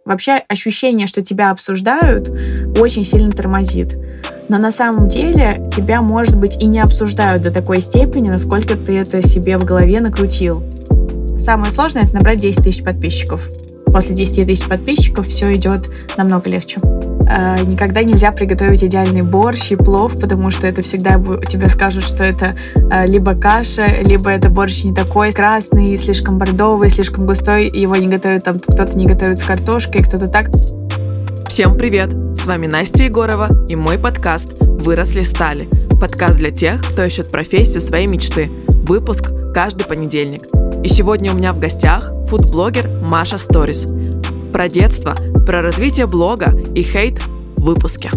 Вообще ощущение, что тебя обсуждают, очень сильно тормозит. Но на самом деле тебя, может быть, и не обсуждают до такой степени, насколько ты это себе в голове накрутил. Самое сложное — это набрать 10 тысяч подписчиков. После 10 тысяч подписчиков все идет намного легче. Никогда нельзя приготовить идеальный борщ и плов, потому что это всегда тебе скажут, что это либо каша, либо это борщ не такой красный, слишком бордовый, слишком густой, его не готовят, там кто-то не готовит с картошкой, кто-то так. Всем привет! С вами Настя Егорова и мой подкаст «Выросли стали». Подкаст для тех, кто ищет профессию своей мечты. Выпуск каждый понедельник. И сегодня у меня в гостях фуд-блогер Маша Сторис. Про детство, про развитие блога и хейт в выпуске.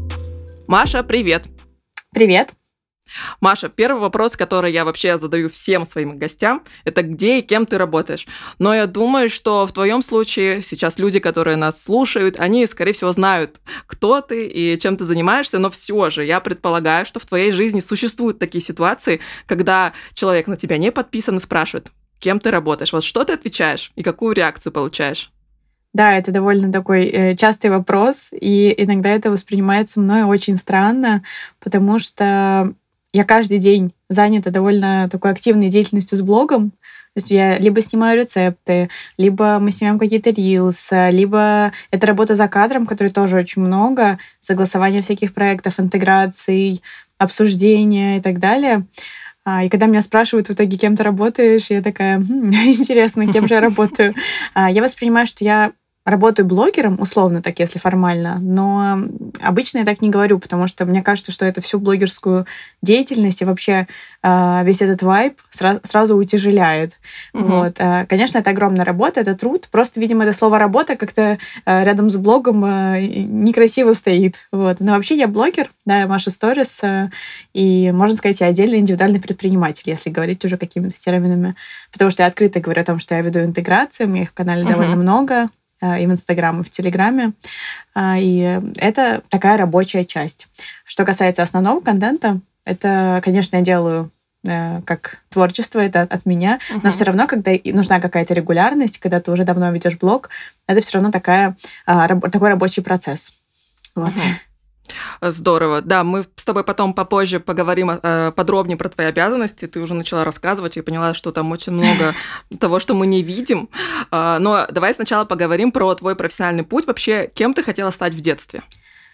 Маша, привет! Привет! Маша, первый вопрос, который я вообще задаю всем своим гостям, это где и кем ты работаешь. Но я думаю, что в твоем случае сейчас люди, которые нас слушают, они, скорее всего, знают, кто ты и чем ты занимаешься, но все же я предполагаю, что в твоей жизни существуют такие ситуации, когда человек на тебя не подписан и спрашивает, кем ты работаешь. Вот что ты отвечаешь и какую реакцию получаешь? Да, это довольно такой частый вопрос, и иногда это воспринимается мной очень странно, потому что я каждый день занята довольно такой активной деятельностью с блогом. То есть я либо снимаю рецепты, либо мы снимаем какие-то рилсы, либо это работа за кадром, которой тоже очень много, согласование всяких проектов, интеграций, обсуждения и так далее. И когда меня спрашивают в итоге, кем ты работаешь, я такая, интересно, кем же я работаю? Я воспринимаю, что я работаю блогером, условно так, если формально, но обычно я так не говорю, потому что мне кажется, что это всю блогерскую деятельность и вообще весь этот вайб сразу утяжеляет. Вот. Конечно, это огромная работа, это труд. Просто, видимо, это слово «работа» как-то рядом с блогом некрасиво стоит. Вот. Но вообще я блогер, да, я Маша Сторис, и, можно сказать, я отдельный индивидуальный предприниматель, если говорить уже какими-то терминами. Потому что я открыто говорю о том, что я веду интеграции, у меня их в канале довольно много, и в Инстаграме, и в Телеграме. И это такая рабочая часть. Что касается основного контента, это, конечно, я делаю как творчество, это от меня, но все равно, когда нужна какая-то регулярность, когда ты уже давно ведешь блог, это все равно такой рабочий процесс. Вот. Здорово. Да, мы с тобой потом попозже поговорим подробнее про твои обязанности. Ты уже начала рассказывать и поняла, что там очень много того, что мы не видим. Но давай сначала поговорим про твой профессиональный путь. Вообще, кем ты хотела стать в детстве?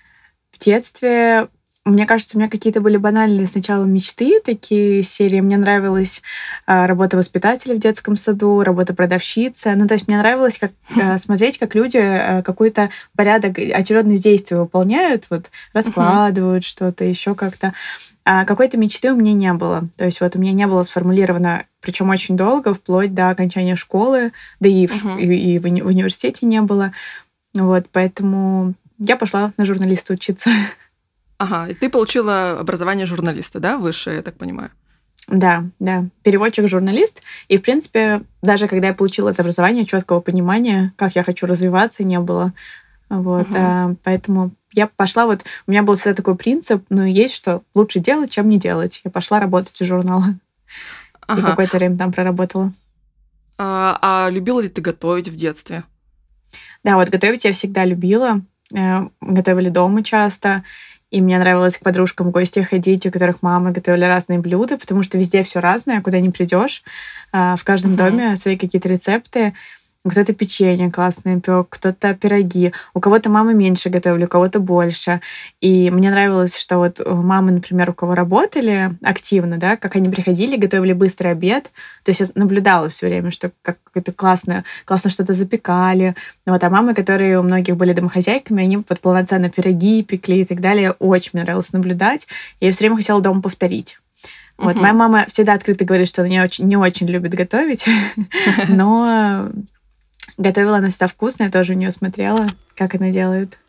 В детстве, мне кажется, у меня какие-то были банальные сначала мечты, такие серии. Мне нравилась работа воспитателя в детском саду, работа продавщицы. Ну, то есть мне нравилось смотреть, как люди какой-то порядок, очередность действий выполняют, вот раскладывают что-то, еще как-то. А какой-то мечты у меня не было. То есть вот у меня не было сформулировано, причем очень долго, вплоть до окончания школы, да и в университете не было. Вот, поэтому я пошла на журналиста учиться. Ага, и ты получила образование журналиста, да, высшее, я так понимаю? Да. Переводчик-журналист. И, в принципе, даже когда я получила это образование, четкого понимания, как я хочу развиваться, не было. Вот. Поэтому я пошла, вот у меня был всегда такой принцип, есть что лучше делать, чем не делать. Я пошла работать в журнал. И какое-то время там проработала. А любила ли ты готовить в детстве? Да, вот готовить я всегда любила. Готовили дома часто. И мне нравилось к подружкам в гости ходить, у которых мамы готовили разные блюда, потому что везде все разное, куда ни придешь. В каждом доме свои какие-то рецепты. Кто-то печенье классное пек, кто-то пироги. У кого-то мамы меньше готовили, у кого-то больше. И мне нравилось, что вот мамы, например, у кого работали активно, да, как они приходили, готовили быстрый обед. То есть я наблюдала все время, что как это классно что-то запекали. Вот, а мамы, которые у многих были домохозяйками, они вот полноценно пироги пекли и так далее. Очень мне нравилось наблюдать. Я все время хотела дома повторить. Вот, моя мама всегда открыто говорит, что она не очень любит готовить, но готовила она всегда вкусно, я тоже у нее смотрела, как она делает.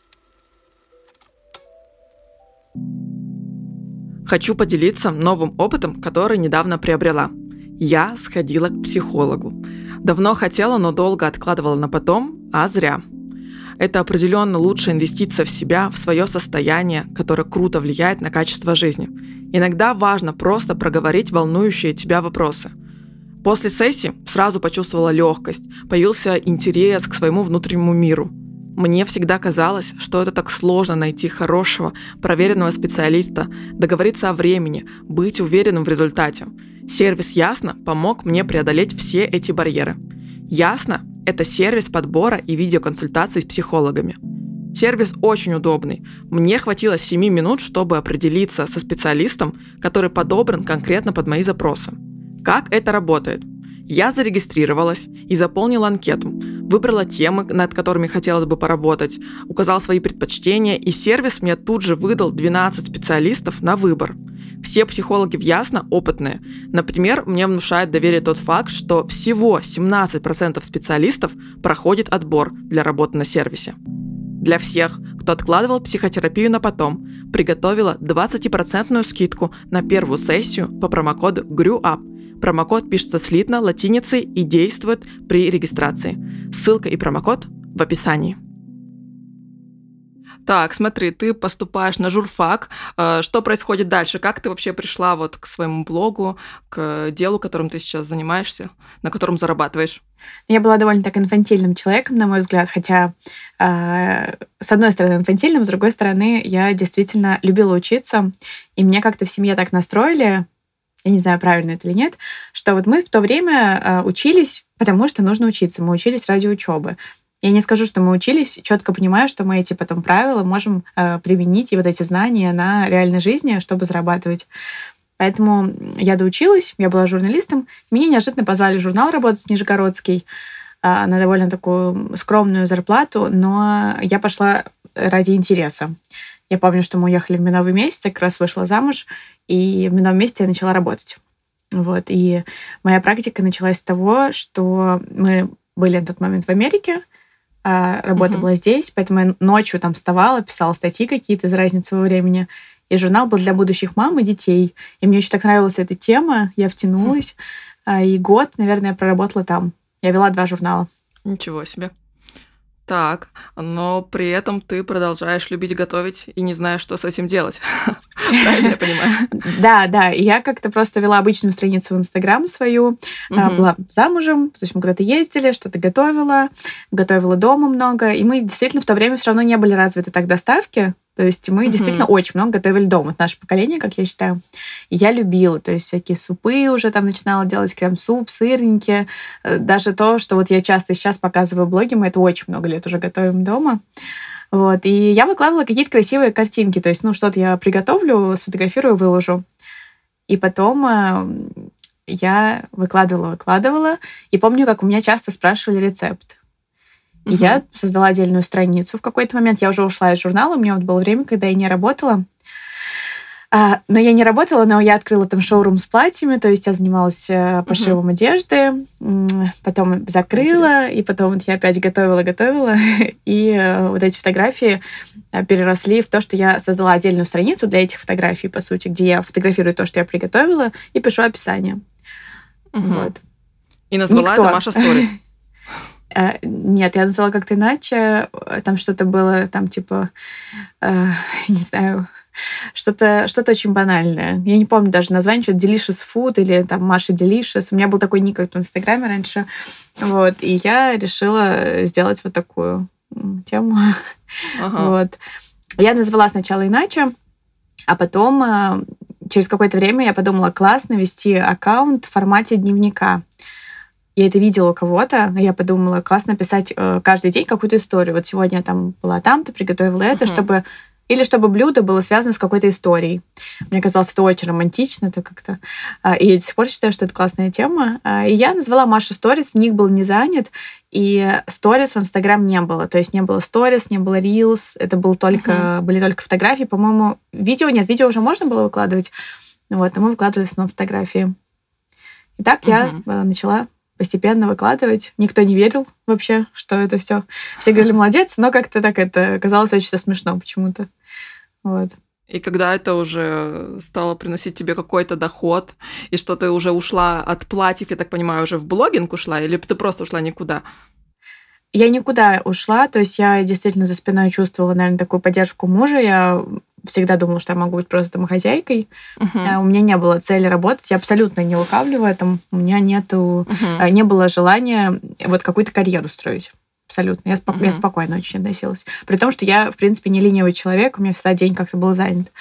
Хочу поделиться новым опытом, который недавно приобрела. Я сходила к психологу. Давно хотела, но долго откладывала на потом, а зря. Это определенно лучшая инвестиция в себя, в свое состояние, которое круто влияет на качество жизни. Иногда важно просто проговорить волнующие тебя вопросы. После сессии сразу почувствовала легкость, появился интерес к своему внутреннему миру. Мне всегда казалось, что это так сложно найти хорошего, проверенного специалиста, договориться о времени, быть уверенным в результате. Сервис Ясно помог мне преодолеть все эти барьеры. Ясно – это сервис подбора и видеоконсультаций с психологами. Сервис очень удобный. Мне хватило 7 минут, чтобы определиться со специалистом, который подобран конкретно под мои запросы. Как это работает? Я зарегистрировалась и заполнила анкету, выбрала темы, над которыми хотелось бы поработать, указала свои предпочтения, и сервис мне тут же выдал 12 специалистов на выбор. Все психологи в Ясно опытные. Например, мне внушает доверие тот факт, что всего 17% специалистов проходит отбор для работы на сервисе. Для всех, кто откладывал психотерапию на потом, приготовила 20% скидку на первую сессию по промокоду GREWUP. Промокод пишется слитно, латиницей и действует при регистрации. Ссылка и промокод в описании. Так, смотри, ты поступаешь на журфак. Что происходит дальше? Как ты вообще пришла вот к своему блогу, к делу, которым ты сейчас занимаешься, на котором зарабатываешь? Я была довольно так инфантильным человеком, на мой взгляд, хотя с одной стороны инфантильным, с другой стороны я действительно любила учиться, и меня как-то в семье так настроили, я не знаю, правильно это или нет, что вот мы в то время учились, потому что нужно учиться. Мы учились ради учебы. Я не скажу, что мы учились, четко понимая, что мы эти потом правила можем применить и вот эти знания на реальной жизни, чтобы зарабатывать. Поэтому я доучилась, я была журналистом. Меня неожиданно позвали в журнал работать, Нижегородский, на довольно такую скромную зарплату, но я пошла ради интереса. Я помню, что мы уехали в медовый месяц, я как раз вышла замуж, и в медовом месяце я начала работать. Вот. И моя практика началась с того, что мы были на тот момент в Америке, а работа была здесь, поэтому я ночью там вставала, писала статьи какие-то из разницы во времени. И журнал был для будущих мам и детей. И мне очень так нравилась эта тема, я втянулась. И год, наверное, я проработала там. Я вела 2 журнала. Ничего себе. Так, но при этом ты продолжаешь любить готовить и не знаешь, что с этим делать. Правильно я понимаю? Да. И я как-то просто вела обычную страницу в Инстаграм свою. Была замужем, то есть мы куда-то ездили, что-то готовила дома много. И мы действительно в то время все равно не были развиты так доставки. То есть мы действительно очень много готовили дома. Это наше поколение, как я считаю. И я любила. То есть всякие супы уже там начинала делать, крем-суп, сырники. Даже то, что вот я часто сейчас показываю в блоге, мы это очень много лет уже готовим дома. Вот. И я выкладывала какие-то красивые картинки. То есть, что-то я приготовлю, сфотографирую, выложу. И потом я выкладывала. И помню, как у меня часто спрашивали рецепт. И я создала отдельную страницу. В какой-то момент я уже ушла из журнала. У меня вот было время, когда я не работала. Но я не работала, но я открыла там шоурум с платьями. То есть я занималась пошивом одежды. Потом закрыла. Интересно. И потом вот я опять готовила. И вот эти фотографии переросли в то, что я создала отдельную страницу для этих фотографий, по сути, где я фотографирую то, что я приготовила, и пишу описание. Вот. И назвала это Маша Сторис. Нет, я назвала как-то иначе. Там что-то было, там типа, не знаю, что-то очень банальное. Я не помню даже название, что-то Delicious Food или там Маша Delicious. У меня был такой ник в Инстаграме раньше. Вот. И я решила сделать вот такую тему. Вот. Я назвала сначала иначе, а потом через какое-то время я подумала, классно вести аккаунт в формате дневника. Я это видела у кого-то, и я подумала, классно писать каждый день какую-то историю. Вот сегодня я там была там-то, приготовила это, чтобы блюдо было связано с какой-то историей. Мне казалось, это очень романтично, это как-то. И я до сих пор считаю, что это классная тема. И я назвала Маша Сторис, ник был не занят, и сторис в Инстаграм не было. То есть не было сторис, не было рилс, это были только фотографии. По-моему, видео уже можно было выкладывать. Вот, но мы выкладывали снова фотографии. И так я начала постепенно выкладывать. Никто не верил вообще, что это все. Все говорили, молодец, но как-то так это казалось очень все смешно почему-то. Вот. И когда это уже стало приносить тебе какой-то доход, и что ты уже ушла от платьев, я так понимаю, уже в блогинг ушла, или ты просто ушла никуда? Я никуда ушла, то есть я действительно за спиной чувствовала, наверное, такую поддержку мужа. Я всегда думала, что я могу быть просто домохозяйкой. У меня не было цели работать, я абсолютно не лукавлю в этом. У меня не было желания вот какую-то карьеру строить. абсолютно. Я спокойно очень относилась. При том, что я, в принципе, не ленивый человек, у меня всегда день как-то был занят.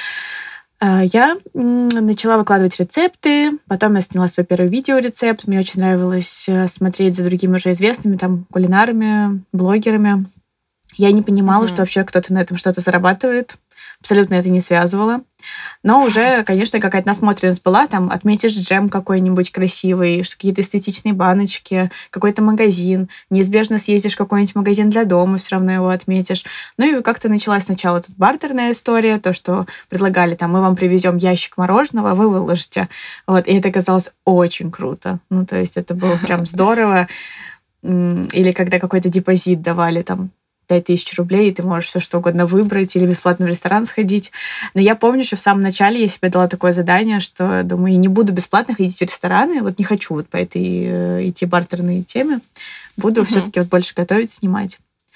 Я начала выкладывать рецепты, потом я сняла свой первый видеорецепт. Мне очень нравилось смотреть за другими уже известными там кулинарами, блогерами. Я не понимала, что вообще кто-то на этом что-то зарабатывает. Абсолютно это не связывала. Но уже, конечно, какая-то насмотренность была. Там отметишь джем какой-нибудь красивый, какие-то эстетичные баночки, какой-то магазин. Неизбежно съездишь в какой-нибудь магазин для дома, все равно его отметишь. Ну и как-то началась сначала тут бартерная история, то, что предлагали, там, мы вам привезем ящик мороженого, вы выложите. Вот, и это казалось очень круто. Ну, то есть это было прям здорово. Или когда какой-то депозит давали, там, 5000 рублей, и ты можешь все что угодно выбрать или бесплатно в ресторан сходить. Но я помню, что в самом начале я себе дала такое задание, что, думаю, я не буду бесплатно ходить в рестораны, вот не хочу вот по этой идти бартерной теме, буду все-таки вот больше готовить, снимать.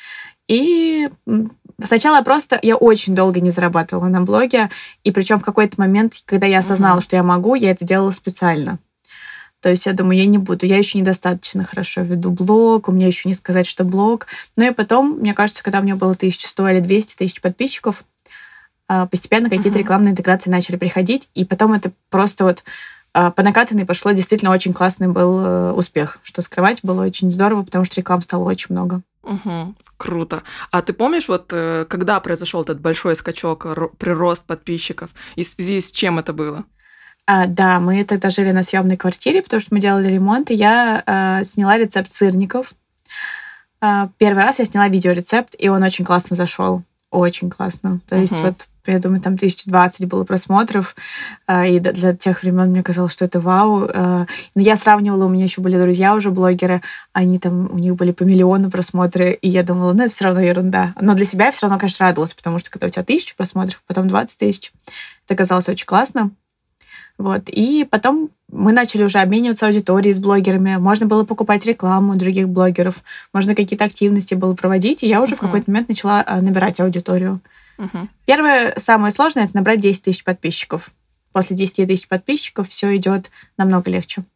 И сначала я очень долго не зарабатывала на блоге, и причем в какой-то момент, когда я осознала, что я могу, я это делала специально. То есть я думаю, я не буду. Я еще недостаточно хорошо веду блог, у меня еще не сказать, что блог. Ну и потом, мне кажется, когда у меня было 1100 или 200 тысяч подписчиков, постепенно какие-то рекламные интеграции начали приходить, и потом это просто вот по накатанной пошло. Действительно очень классный был успех, что скрывать было очень здорово, потому что реклам стало очень много. Круто. А ты помнишь, вот когда произошел этот большой скачок, прирост подписчиков, и в связи с чем это было? Да, мы тогда жили на съемной квартире, потому что мы делали ремонт, и я сняла рецепт сырников. Первый раз я сняла видеорецепт, и он очень классно зашел. Очень классно. То есть вот, я думаю, там 1020 было просмотров, и для тех времен мне казалось, что это вау. Но я сравнивала, у меня еще были друзья уже блогеры, они там, у них были по миллиону просмотры, и я думала, ну это все равно ерунда. Но для себя я все равно, конечно, радовалась, потому что когда у тебя 1000 просмотров, потом 20 тысяч, это казалось очень классно. Вот. И потом мы начали уже обмениваться аудиторией с блогерами. Можно было покупать рекламу других блогеров, можно какие-то активности было проводить, и я уже в какой-то момент начала набирать аудиторию. Первое, самое сложное, это набрать 10 тысяч подписчиков. После 10 тысяч подписчиков все идет намного легче.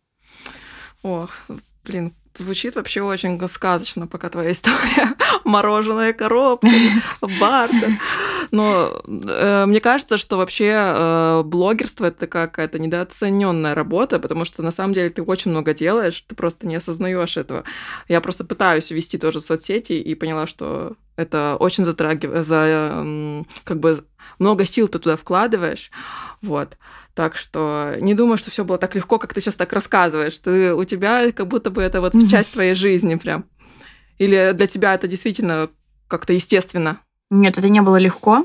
Ох, блин, звучит вообще очень сказочно, пока твоя история. Мороженая коробка, бартер. Но мне кажется, что вообще блогерство — это какая-то недооцененная работа, потому что на самом деле ты очень много делаешь, ты просто не осознаешь этого. Я просто пытаюсь вести тоже соцсети и поняла, что это очень затрагивает, как бы много сил ты туда вкладываешь. Вот. Так что не думаю, что все было так легко, как ты сейчас так рассказываешь. У тебя как будто бы это вот часть твоей жизни прям. Или для тебя это действительно как-то естественно? Нет, это не было легко.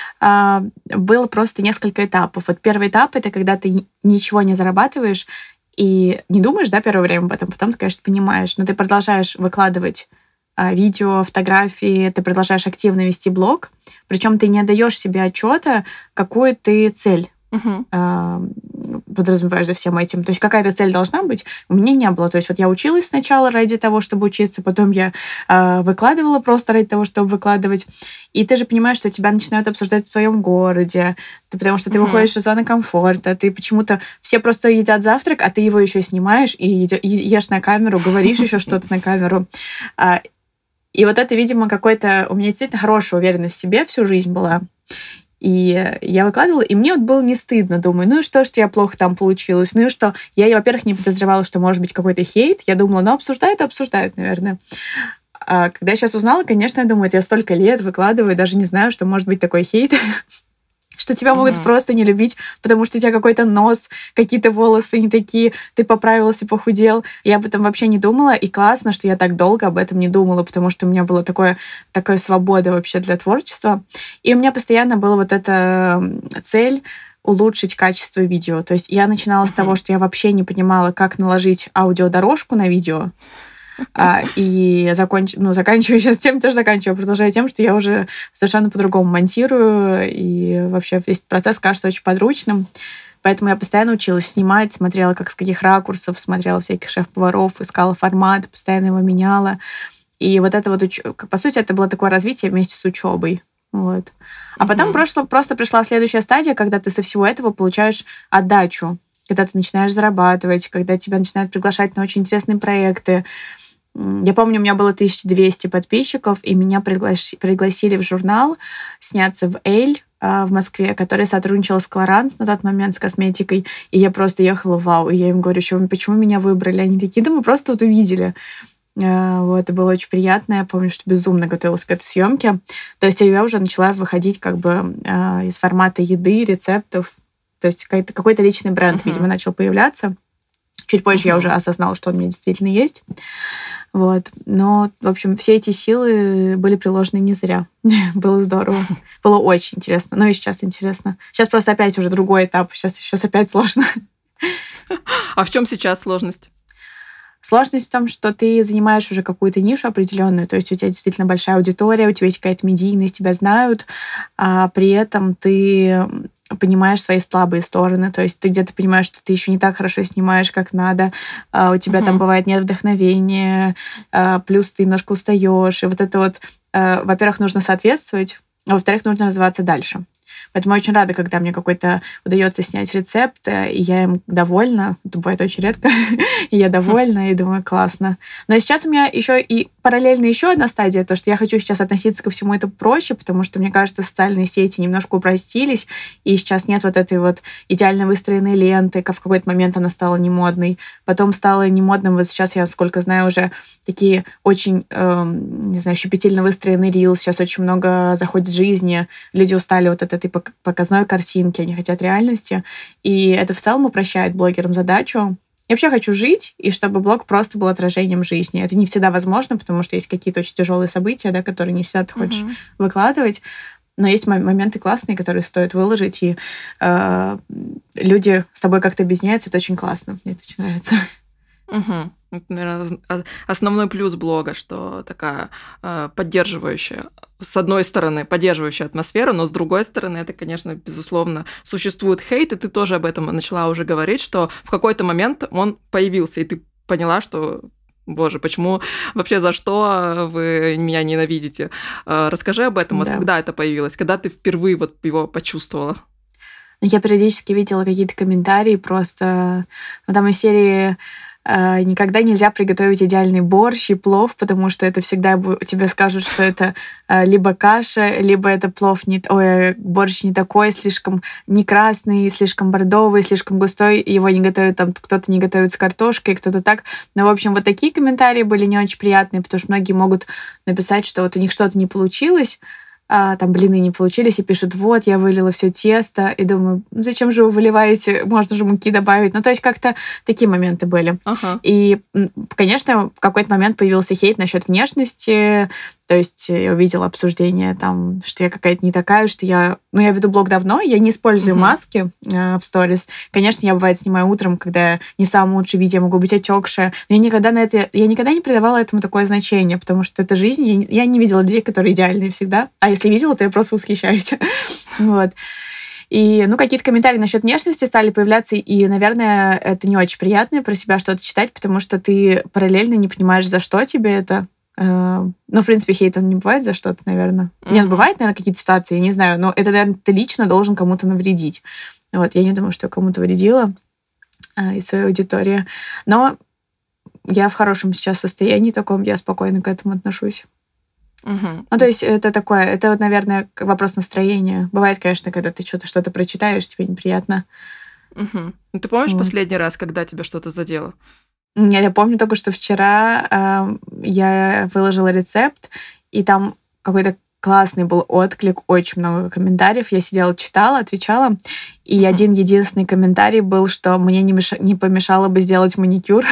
Было просто несколько этапов. Вот первый этап — это когда ты ничего не зарабатываешь и не думаешь, да, первое время об этом, потом ты, конечно, понимаешь, но ты продолжаешь выкладывать видео, фотографии, ты продолжаешь активно вести блог, причем ты не отдаешь себе отчета, какую ты цель подразумеваешь за всем этим. То есть какая-то цель должна быть. У меня не было. То есть вот я училась сначала ради того, чтобы учиться, потом я выкладывала просто ради того, чтобы выкладывать. И ты же понимаешь, что тебя начинают обсуждать в своем городе, потому что ты выходишь из зоны комфорта, ты почему-то... Все просто едят завтрак, а ты его еще снимаешь и ешь на камеру, говоришь еще что-то на камеру. И вот это, видимо, какой-то... У меня действительно хорошая уверенность в себе всю жизнь была. И я выкладывала, и мне вот было не стыдно. Думаю, ну и что я плохо там получилось? Ну и что? Я, во-первых, не подозревала, что может быть какой-то хейт. Я думала, ну обсуждают, наверное. А когда я сейчас узнала, конечно, я думаю, это я столько лет выкладываю, даже не знаю, что может быть такой хейт. Что тебя могут просто не любить, потому что у тебя какой-то нос, какие-то волосы не такие, ты поправился, похудел. Я об этом вообще не думала, и классно, что я так долго об этом не думала, потому что у меня была такая свобода вообще для творчества. И у меня постоянно была вот эта цель улучшить качество видео. То есть я начинала с того, что я вообще не понимала, как наложить аудиодорожку на видео. И заканчиваю сейчас тем, тоже заканчиваю, продолжаю тем, что я уже совершенно по-другому монтирую, и вообще весь процесс кажется очень подручным. Поэтому я постоянно училась снимать, смотрела, как с каких ракурсов, смотрела всяких шеф-поваров, искала формат, постоянно его меняла. И вот это вот, по сути, это было такое развитие вместе с учебой. Вот. А потом просто пришла следующая стадия, когда ты со всего этого получаешь отдачу, когда ты начинаешь зарабатывать, когда тебя начинают приглашать на очень интересные проекты. Я помню, у меня было 1200 подписчиков, и меня пригласили в журнал сняться в «Эль» в Москве, который сотрудничал с Clarins на тот момент, с косметикой. И я просто ехала, вау. И я им говорю, почему меня выбрали? Они такие, да мы просто вот увидели. Вот, это было очень приятно. Я помню, что безумно готовилась к этой съемке. То есть я уже начала выходить как бы из формата еды, рецептов. То есть какой-то личный бренд, видимо, начал появляться. Чуть позже я уже осознала, что он у меня действительно есть. Вот. Но, в общем, все эти силы были приложены не зря. Было здорово. Было очень интересно. Ну и сейчас интересно. Сейчас просто опять уже другой этап. Сейчас опять сложно. А в чем сейчас сложность? Сложность в том, что ты занимаешь уже какую-то нишу определенную, то есть у тебя действительно большая аудитория, у тебя есть какая-то медийность, тебя знают, а при этом ты понимаешь свои слабые стороны, то есть ты где-то понимаешь, что ты еще не так хорошо снимаешь, как надо, у тебя там бывает нет вдохновения, плюс ты немножко устаешь, и вот это вот, во-первых, нужно соответствовать, а во-вторых, нужно развиваться дальше. Поэтому я очень рада, когда мне какой-то удается снять рецепт, и я им довольна. Это бывает очень редко. И я довольна, и думаю, классно. Но сейчас у меня еще и параллельно еще одна стадия, то, что я хочу сейчас относиться ко всему этому проще, потому что, мне кажется, социальные сети немножко упростились, и сейчас нет вот этой вот идеально выстроенной ленты, как в какой-то момент она стала немодной. Потом стала немодным, вот сейчас я, сколько знаю, уже такие очень, не знаю, щепетильно выстроенный рилс, сейчас очень много заходит жизни, люди устали вот от этой показной картинки, они хотят реальности, и это в целом упрощает блогерам задачу. Я вообще хочу жить, и чтобы блог просто был отражением жизни. Это не всегда возможно, потому что есть какие-то очень тяжелые события, да, которые не всегда ты хочешь выкладывать, но есть моменты классные, которые стоит выложить, и люди с тобой как-то объединяются, это очень классно, мне это очень нравится. Это, наверное, основной плюс блога, что такая поддерживающая, с одной стороны, поддерживающая атмосфера, но с другой стороны, это, конечно, безусловно, существует хейт, и ты тоже об этом начала уже говорить, что в какой-то момент он появился, и ты поняла, что боже, почему вообще за что вы меня ненавидите? Расскажи об этом, вот когда это появилось, когда ты впервые вот его почувствовала? Я периодически видела какие-то комментарии просто, там из серии никогда нельзя приготовить идеальный борщ и плов, потому что это всегда тебе скажут, что это либо каша, либо это борщ не такой, слишком не красный, слишком бордовый, слишком густой, его не готовят, там кто-то не готовит с картошкой, кто-то так. Но, в общем, вот такие комментарии были не очень приятные, потому что многие могут написать, что вот у них что-то не получилось, там блины не получились, и пишут, вот, я вылила все тесто, и думаю, зачем же вы выливаете, можно же муки добавить. Ну, то есть как-то такие моменты были. И, конечно, в какой-то момент появился хейт насчет внешности, то есть я увидела обсуждение, там, что я какая-то не такая, что я... Ну, я веду блог давно, я не использую маски в сторис. Конечно, я, бывает, снимаю утром, когда не в самом лучшем виде, я могу быть отекшая. Но я никогда не придавала этому такое значение, потому что это жизнь. Я не видела людей, которые идеальные всегда. А если видела, то я просто восхищаюсь. Вот. И, какие-то комментарии насчет внешности стали появляться, и, наверное, это не очень приятно про себя что-то читать, потому что ты параллельно не понимаешь, за что тебе это. В принципе, хейт, он не бывает за что-то, наверное. Нет, бывает, наверное, какие-то ситуации, я не знаю, но это, наверное, ты лично должен кому-то навредить. Вот, я не думаю, что я кому-то вредила из своей аудитории. Но я в хорошем сейчас состоянии таком, я спокойно к этому отношусь. То есть это такое, это вот, наверное, вопрос настроения. Бывает, конечно, когда ты что-то прочитаешь, тебе неприятно. Ты помнишь последний раз, когда тебя что-то задело? Я помню только, что вчера я выложила рецепт, и там какой-то классный был отклик, очень много комментариев. Я сидела, читала, отвечала, и один единственный комментарий был, что мне не помешало бы сделать маникюр.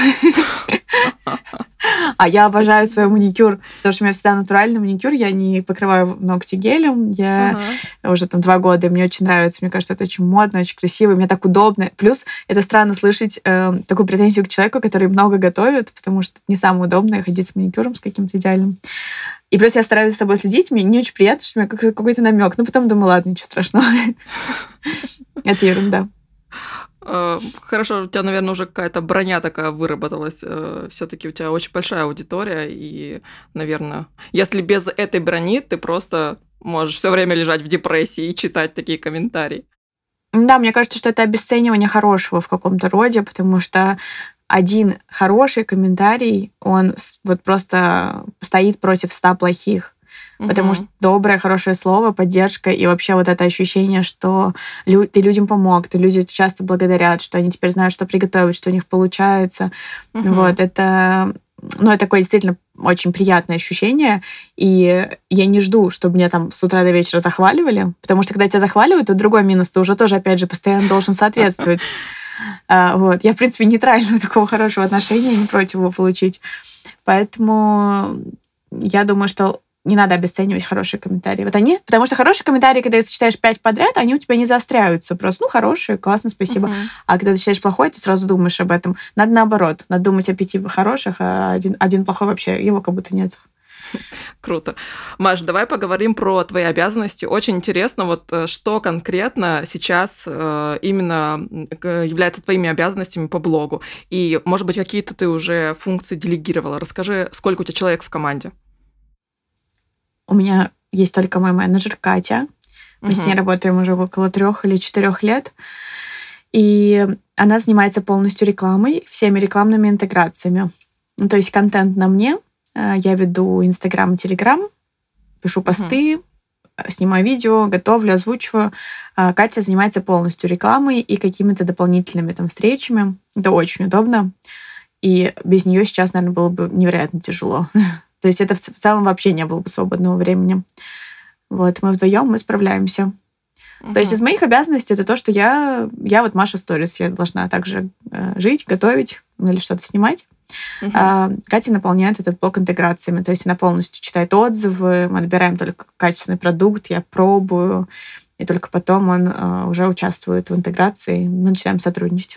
А я обожаю свой маникюр, потому что у меня всегда натуральный маникюр, я не покрываю ногти гелем, я уже 2 года, и мне очень нравится, мне кажется, это очень модно, очень красиво, мне так удобно. Плюс это странно слышать такую претензию к человеку, который много готовит, потому что это не самое удобное ходить с маникюром, с каким-то идеальным. И плюс я стараюсь с собой следить, мне не очень приятно, что у меня какой-то намек. Но потом думаю, ладно, ничего страшного. Это ерунда. Хорошо, у тебя, наверное, уже какая-то броня такая выработалась. Все-таки у тебя очень большая аудитория, и, наверное, если без этой брони ты просто можешь все время лежать в депрессии и читать такие комментарии. Да, мне кажется, что это обесценивание хорошего в каком-то роде, потому что один хороший комментарий, он вот просто стоит против 100 плохих. Потому что доброе, хорошее слово, поддержка и вообще вот это ощущение, что ты людям помог, ты люди часто благодарят, что они теперь знают, что приготовить, что у них получается. Вот это, это такое действительно очень приятное ощущение. И я не жду, чтобы меня там с утра до вечера захваливали, потому что когда тебя захваливают, то другой минус, ты уже тоже, опять же, постоянно должен соответствовать. Вот. Я, в принципе, нейтрального такого хорошего отношения, не против его получить. Поэтому я думаю, что не надо обесценивать хорошие комментарии. Вот они, потому что хорошие комментарии, когда ты читаешь 5 подряд, они у тебя не заостряются. Просто, хорошие, классно, спасибо. А когда ты читаешь плохой, ты сразу думаешь об этом. Надо наоборот. Надо думать о 5 хороших, а один плохой вообще, его как будто нет. Круто. Маш, давай поговорим про твои обязанности. Очень интересно, вот что конкретно сейчас именно является твоими обязанностями по блогу. И, может быть, какие-то ты уже функции делегировала. Расскажи, сколько у тебя человек в команде? У меня есть только мой менеджер Катя. Мы с ней работаем уже около 3 или 4 лет. И она занимается полностью рекламой, всеми рекламными интеграциями. То есть контент на мне. Я веду Инстаграм и Телеграм, пишу посты, снимаю видео, готовлю, озвучиваю. Катя занимается полностью рекламой и какими-то дополнительными встречами. Это очень удобно. И без нее сейчас, наверное, было бы невероятно тяжело. То есть это в целом вообще не было бы свободного времени. Вот, мы вдвоем, мы справляемся. То есть из моих обязанностей это то, что я вот Маша Сторис. Я должна также жить, готовить или что-то снимать. Катя наполняет этот блок интеграциями. То есть она полностью читает отзывы, мы отбираем только качественный продукт, я пробую, и только потом он уже участвует в интеграции, мы начинаем сотрудничать.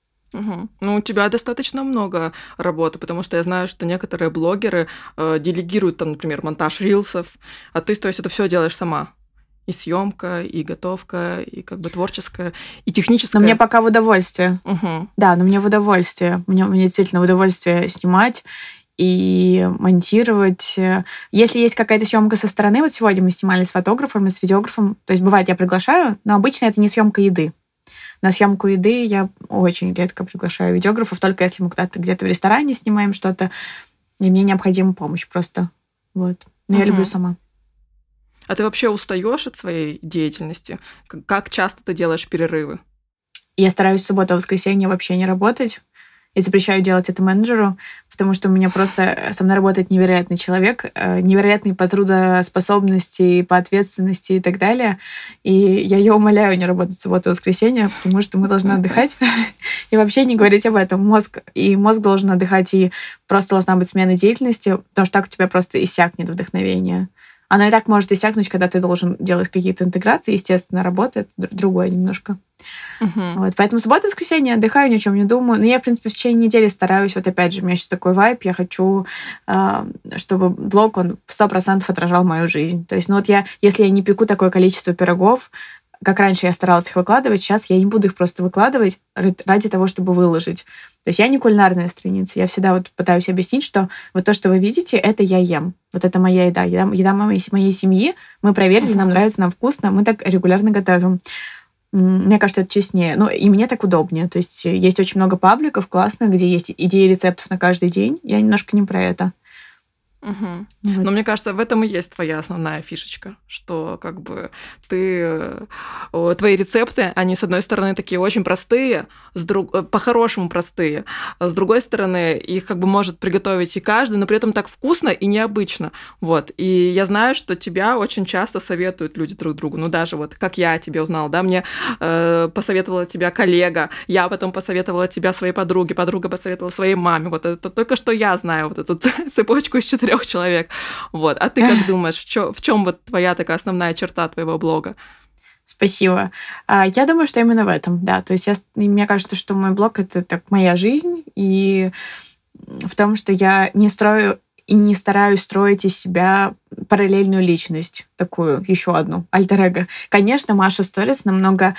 У тебя достаточно много работы, потому что я знаю, что некоторые блогеры делегируют, например, монтаж рилсов, а ты, то есть, это все делаешь сама. И съемка, и готовка, и творческая, и техническая. Но мне пока в удовольствие. Да, но мне в удовольствие. Мне действительно в удовольствие снимать и монтировать. Если есть какая-то съемка со стороны, вот сегодня мы снимали с фотографом и с видеографом, то есть бывает, я приглашаю, но обычно это не съемка еды. На съемку еды я очень редко приглашаю видеографов, только если мы куда-то где-то в ресторане снимаем что-то, и мне необходима помощь просто. Вот. Но я люблю сама. А ты вообще устаешь от своей деятельности? Как часто ты делаешь перерывы? Я стараюсь в субботу и воскресенье вообще не работать. И запрещаю делать это менеджеру, потому что у меня просто со мной работает невероятный человек, невероятный по трудоспособности, по ответственности и так далее. И я ее умоляю не работать в субботу и воскресенье, потому что мы должны отдыхать и вообще не говорить об этом. Мозг должен отдыхать, и просто должна быть смена деятельности, потому что так у тебя просто иссякнет вдохновение. Оно и так может иссякнуть, когда ты должен делать какие-то интеграции. Естественно, работает другое немножко. Вот. Поэтому суббота, воскресенье отдыхаю, ни о чем не думаю. Но я, в принципе, в течение недели стараюсь. Вот опять же, у меня сейчас такой вайб. Я хочу, чтобы блог, он в 100% отражал мою жизнь. То есть, если я не пеку такое количество пирогов, как раньше я старалась их выкладывать, сейчас я не буду их просто выкладывать ради того, чтобы выложить. То есть я не кулинарная страница. Я всегда пытаюсь объяснить, что вот то, что вы видите, это я ем. Вот это моя еда. Еда моей семьи. Мы проверили, нам нравится, нам вкусно. Мы так регулярно готовим. Мне кажется, это честнее. И мне так удобнее. То есть есть очень много пабликов классных, где есть идеи рецептов на каждый день. Я немножко не про это. Вот. Но мне кажется, в этом и есть твоя основная фишечка, что твои рецепты, они, с одной стороны, такие очень простые, по-хорошему простые, а с другой стороны, их может приготовить и каждый, но при этом так вкусно и необычно. Вот. И я знаю, что тебя очень часто советуют люди друг другу. Даже как я о тебе узнала, да, мне посоветовала тебя коллега, я потом посоветовала тебя своей подруге, подруга посоветовала своей маме. Вот это только что я знаю вот эту цепочку из 4 человек. Вот. А ты как думаешь, в чем твоя такая основная черта твоего блога? Спасибо. Я думаю, что именно в этом, да. То есть мне кажется, что мой блог — это моя жизнь, и в том, что я не строю и не стараюсь строить из себя параллельную личность, такую еще одну, альтер-эго. Конечно, Маша Сторис намного,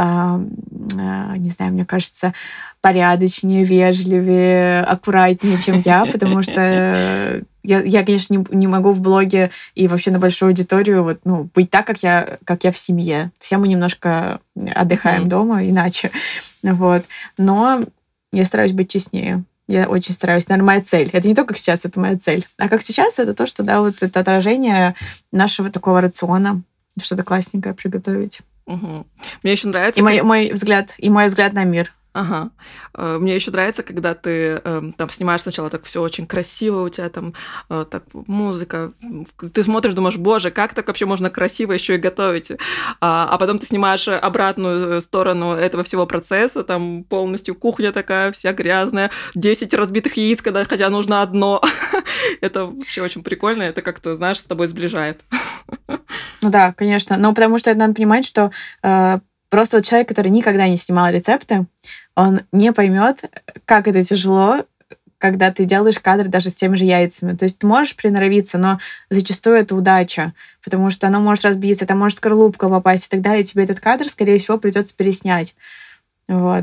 не знаю, мне кажется, порядочнее, вежливее, аккуратнее, чем я, потому что я, конечно, не могу в блоге и вообще на большую аудиторию быть так, как я в семье. Все мы немножко отдыхаем дома иначе. Вот. Но Я стараюсь быть честнее. Я очень стараюсь. Наверное, моя цель. Это не то, как сейчас, это моя цель. А как сейчас, это то, что, да, вот это отражение нашего такого рациона. Что-то классненькое приготовить. Угу. Мне еще нравится... И мой взгляд на мир. Ага. Мне еще нравится, когда ты там снимаешь сначала так все очень красиво, у тебя там так музыка, ты смотришь, думаешь, боже, как так вообще можно красиво еще и готовить, а потом ты снимаешь обратную сторону этого всего процесса, там полностью кухня такая вся грязная, 10 разбитых яиц, хотя нужно одно. Это вообще очень прикольно, это как-то, знаешь, с тобой сближает. Ну да, конечно, но потому что надо понимать, что просто вот человек, который никогда не снимал рецепты, он не поймет, как это тяжело, когда ты делаешь кадры даже с теми же яйцами. То есть ты можешь приноровиться, но зачастую это удача, потому что оно может разбиться, там может скорлупка попасть и так далее, и тебе этот кадр, скорее всего, придется переснять. Вот,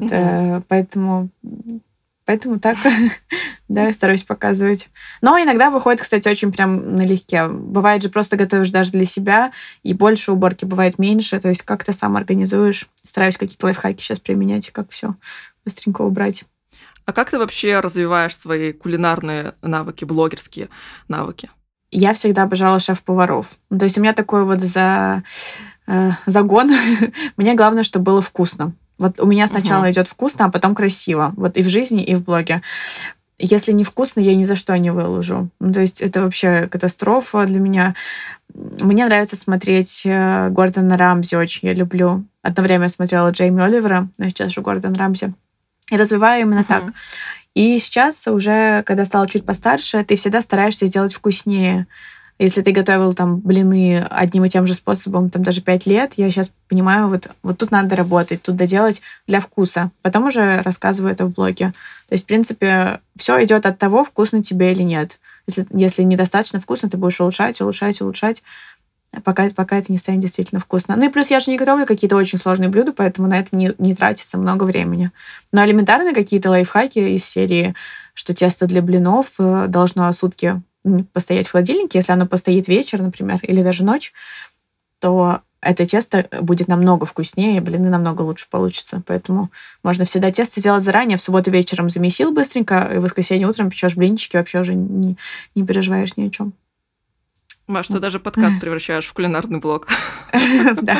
поэтому так, да, стараюсь показывать. Но иногда выходит, кстати, очень прям налегке. Бывает же, просто готовишь даже для себя, и больше уборки бывает меньше. То есть как ты сам организуешь. Стараюсь какие-то лайфхаки сейчас применять, как все быстренько убрать. А как ты вообще развиваешь свои кулинарные навыки, блогерские навыки? Я всегда обожала шеф-поваров. То есть у меня такой вот загон. Мне главное, чтобы было вкусно. Вот у меня сначала идет вкусно, а потом красиво. Вот и в жизни, и в блоге. Если не вкусно, я ни за что не выложу. То есть это вообще катастрофа для меня. Мне нравится смотреть Гордона Рамзи очень. Я люблю. Одно время я смотрела Джейми Оливера, но сейчас же Гордон Рамзи. И развиваю именно так. И сейчас уже, когда стала чуть постарше, ты всегда стараешься сделать вкуснее. Если ты готовил там блины одним и тем же способом там даже 5 лет, я сейчас понимаю, вот тут надо работать, тут доделать для вкуса. Потом уже рассказываю это в блоге. То есть, в принципе, все идет от того, вкусно тебе или нет. Если недостаточно вкусно, ты будешь улучшать, пока это не станет действительно вкусно. Ну и плюс я же не готовлю какие-то очень сложные блюда, поэтому на это не тратится много времени. Но элементарно какие-то лайфхаки из серии, что тесто для блинов должно сутки постоять в холодильнике. Если оно постоит вечер, например, или даже ночь, то это тесто будет намного вкуснее, и блины намного лучше получатся. Поэтому можно всегда тесто сделать заранее, в субботу вечером замесил быстренько, и в воскресенье утром печешь блинчики, вообще уже не переживаешь ни о чем. Маш, ты даже подкаст превращаешь в кулинарный блог. Да.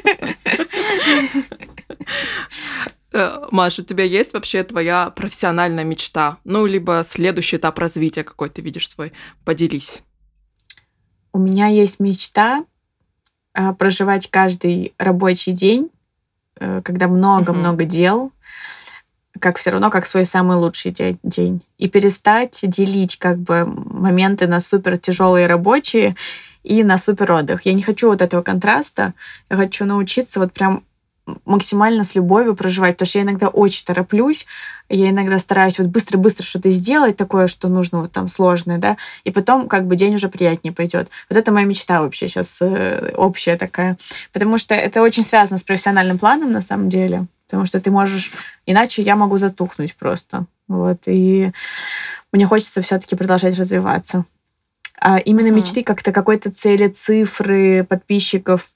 Маш, у тебя есть вообще твоя профессиональная мечта? Ну, либо следующий этап развития, какой ты видишь свой? Поделись. У меня есть мечта проживать каждый рабочий день, когда много-много дел, как все равно, как свой самый лучший день. И перестать делить как бы моменты на супер тяжелые рабочие и на супер отдых. Я не хочу вот этого контраста. Я хочу научиться вот прям максимально с любовью проживать, потому что я иногда очень тороплюсь, я иногда стараюсь вот быстро-быстро что-то сделать такое, что нужно вот там сложное, да, и потом как бы день уже приятнее пойдет. Вот это моя мечта вообще сейчас общая такая, потому что это очень связано с профессиональным планом на самом деле, потому что ты можешь, иначе я могу затухнуть просто, вот, и мне хочется все-таки продолжать развиваться. А именно мечты как-то какой-то цели, цифры, подписчиков,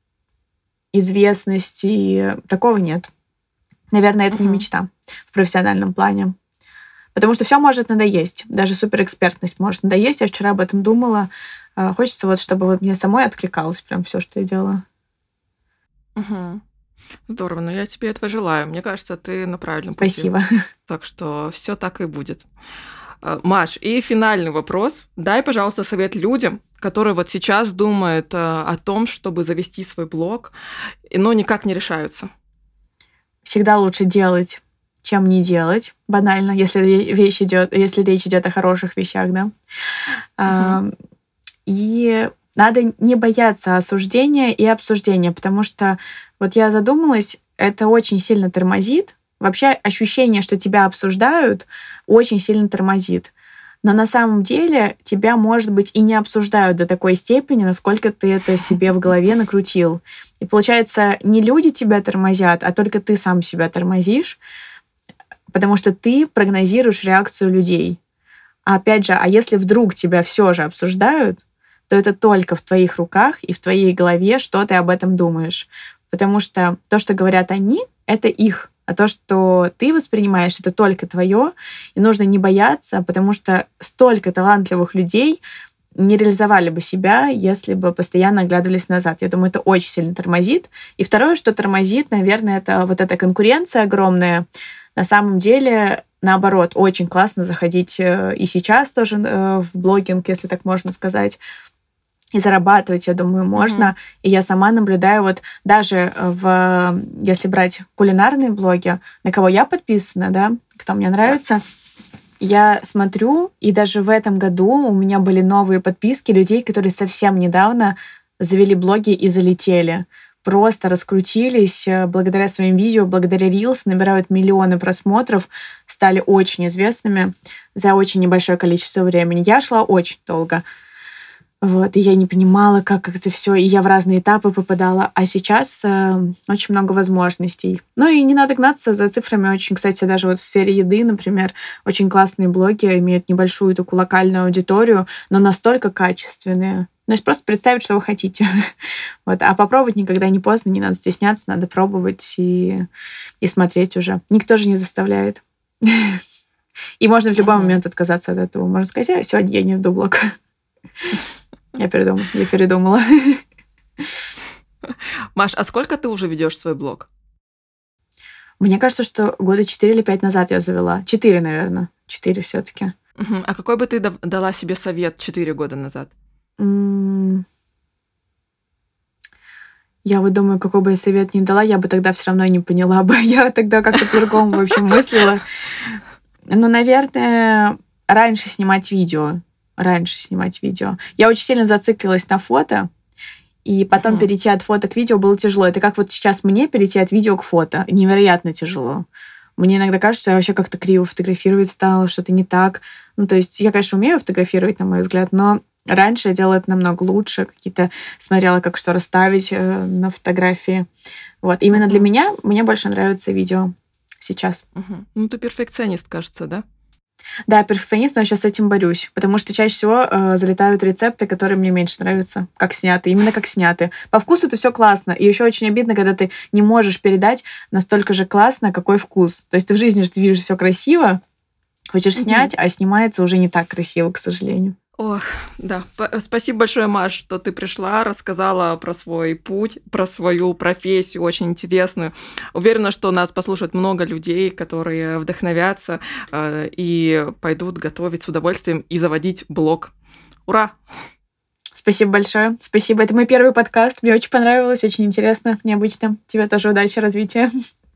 известности, такого нет. Наверное, это не мечта в профессиональном плане. Потому что все может надоесть. Даже суперэкспертность может надоесть. Я вчера об этом думала. Хочется вот, чтобы вот мне самой откликалось прям все, что я делаю. Здорово, но я тебе этого желаю. Мне кажется, ты на правильном пути. Спасибо. Так что все так и будет. Маш, и финальный вопрос. Дай, пожалуйста, совет людям, которые вот сейчас думают о том, чтобы завести свой блог, но никак не решаются. Всегда лучше делать, чем не делать. Банально, если речь идет о хороших вещах, да. И надо не бояться осуждения и обсуждения, потому что вот я задумалась, это очень сильно тормозит. Вообще ощущение, что тебя обсуждают, очень сильно тормозит. Но на самом деле тебя, может быть, и не обсуждают до такой степени, насколько ты это себе в голове накрутил. И получается, не люди тебя тормозят, а только ты сам себя тормозишь, потому что ты прогнозируешь реакцию людей. А опять же, если вдруг тебя все же обсуждают, то это только в твоих руках и в твоей голове, что ты об этом думаешь. Потому что то, что говорят они, это их А то, что ты воспринимаешь, это только твое, и нужно не бояться, потому что столько талантливых людей не реализовали бы себя, если бы постоянно оглядывались назад. Я думаю, это очень сильно тормозит. И второе, что тормозит, наверное, это вот эта конкуренция огромная. На самом деле, наоборот, очень классно заходить и сейчас тоже в блогинг, если так можно сказать, и зарабатывать, я думаю, можно. И я сама наблюдаю вот даже если брать кулинарные блоги, на кого я подписана, да, кто мне нравится, я смотрю, и даже в этом году у меня были новые подписки людей, которые совсем недавно завели блоги и залетели. Просто раскрутились благодаря своим видео, благодаря Reels, набирают миллионы просмотров, стали очень известными за очень небольшое количество времени. Я шла очень долго. Вот, и я не понимала, как это все, и я в разные этапы попадала. А сейчас очень много возможностей. Ну и не надо гнаться за цифрами. Очень, кстати, даже вот в сфере еды, например, очень классные блоги имеют небольшую такую локальную аудиторию, но настолько качественные. То есть просто представить, что вы хотите. Вот. А попробовать никогда не поздно, не надо стесняться, надо пробовать и смотреть уже. Никто же не заставляет. И можно в любой момент отказаться от этого. Можно сказать, сегодня я не веду блог. Я передумала. Маш, а сколько ты уже ведешь свой блог? Мне кажется, что года 4 или 5 назад я завела. 4, наверное. 4 все-таки. А какой бы ты дала себе совет 4 года назад? Я вот думаю, какой бы я совет ни дала, я бы тогда все равно не поняла бы. Я тогда как-то по-другому вообще мыслила. Ну, наверное, раньше снимать видео. Я очень сильно зациклилась на фото, и потом перейти от фото к видео было тяжело. Это как вот сейчас мне перейти от видео к фото. Невероятно тяжело. Мне иногда кажется, что я вообще как-то криво фотографировать стала, что-то не так. Ну, то есть я, конечно, умею фотографировать, на мой взгляд, но раньше я делала это намного лучше. Смотрела, как что расставить на фотографии. Вот. Именно для меня мне больше нравится видео сейчас. Ну, ты перфекционист, кажется, да? Да, перфекционист, но я сейчас с этим борюсь, потому что чаще всего залетают рецепты, которые мне меньше нравятся, как сняты, именно как сняты. По вкусу это все классно, и еще очень обидно, когда ты не можешь передать настолько же классно, какой вкус. То есть ты в жизни же ты видишь все красиво, хочешь снять, а снимается уже не так красиво, к сожалению. Ох, да. Спасибо большое, Маш, что ты пришла, рассказала про свой путь, про свою профессию, очень интересную. Уверена, что нас послушают много людей, которые вдохновятся и пойдут готовить с удовольствием и заводить блог. Ура! Спасибо большое. Спасибо. Это мой первый подкаст. Мне очень понравилось, очень интересно, необычно. Тебе тоже удачи, развития.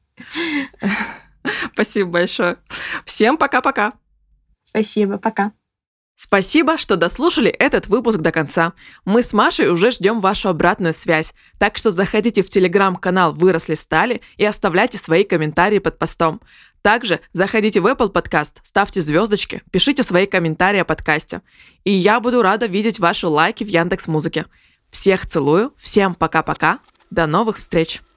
Спасибо большое. Всем пока-пока. Спасибо. Пока. Спасибо, что дослушали этот выпуск до конца. Мы с Машей уже ждем вашу обратную связь, так что заходите в телеграм-канал «Выросли стали» и оставляйте свои комментарии под постом. Также заходите в Apple Podcast, ставьте звездочки, пишите свои комментарии о подкасте. И я буду рада видеть ваши лайки в Яндекс.Музыке. Всех целую, всем пока-пока, до новых встреч!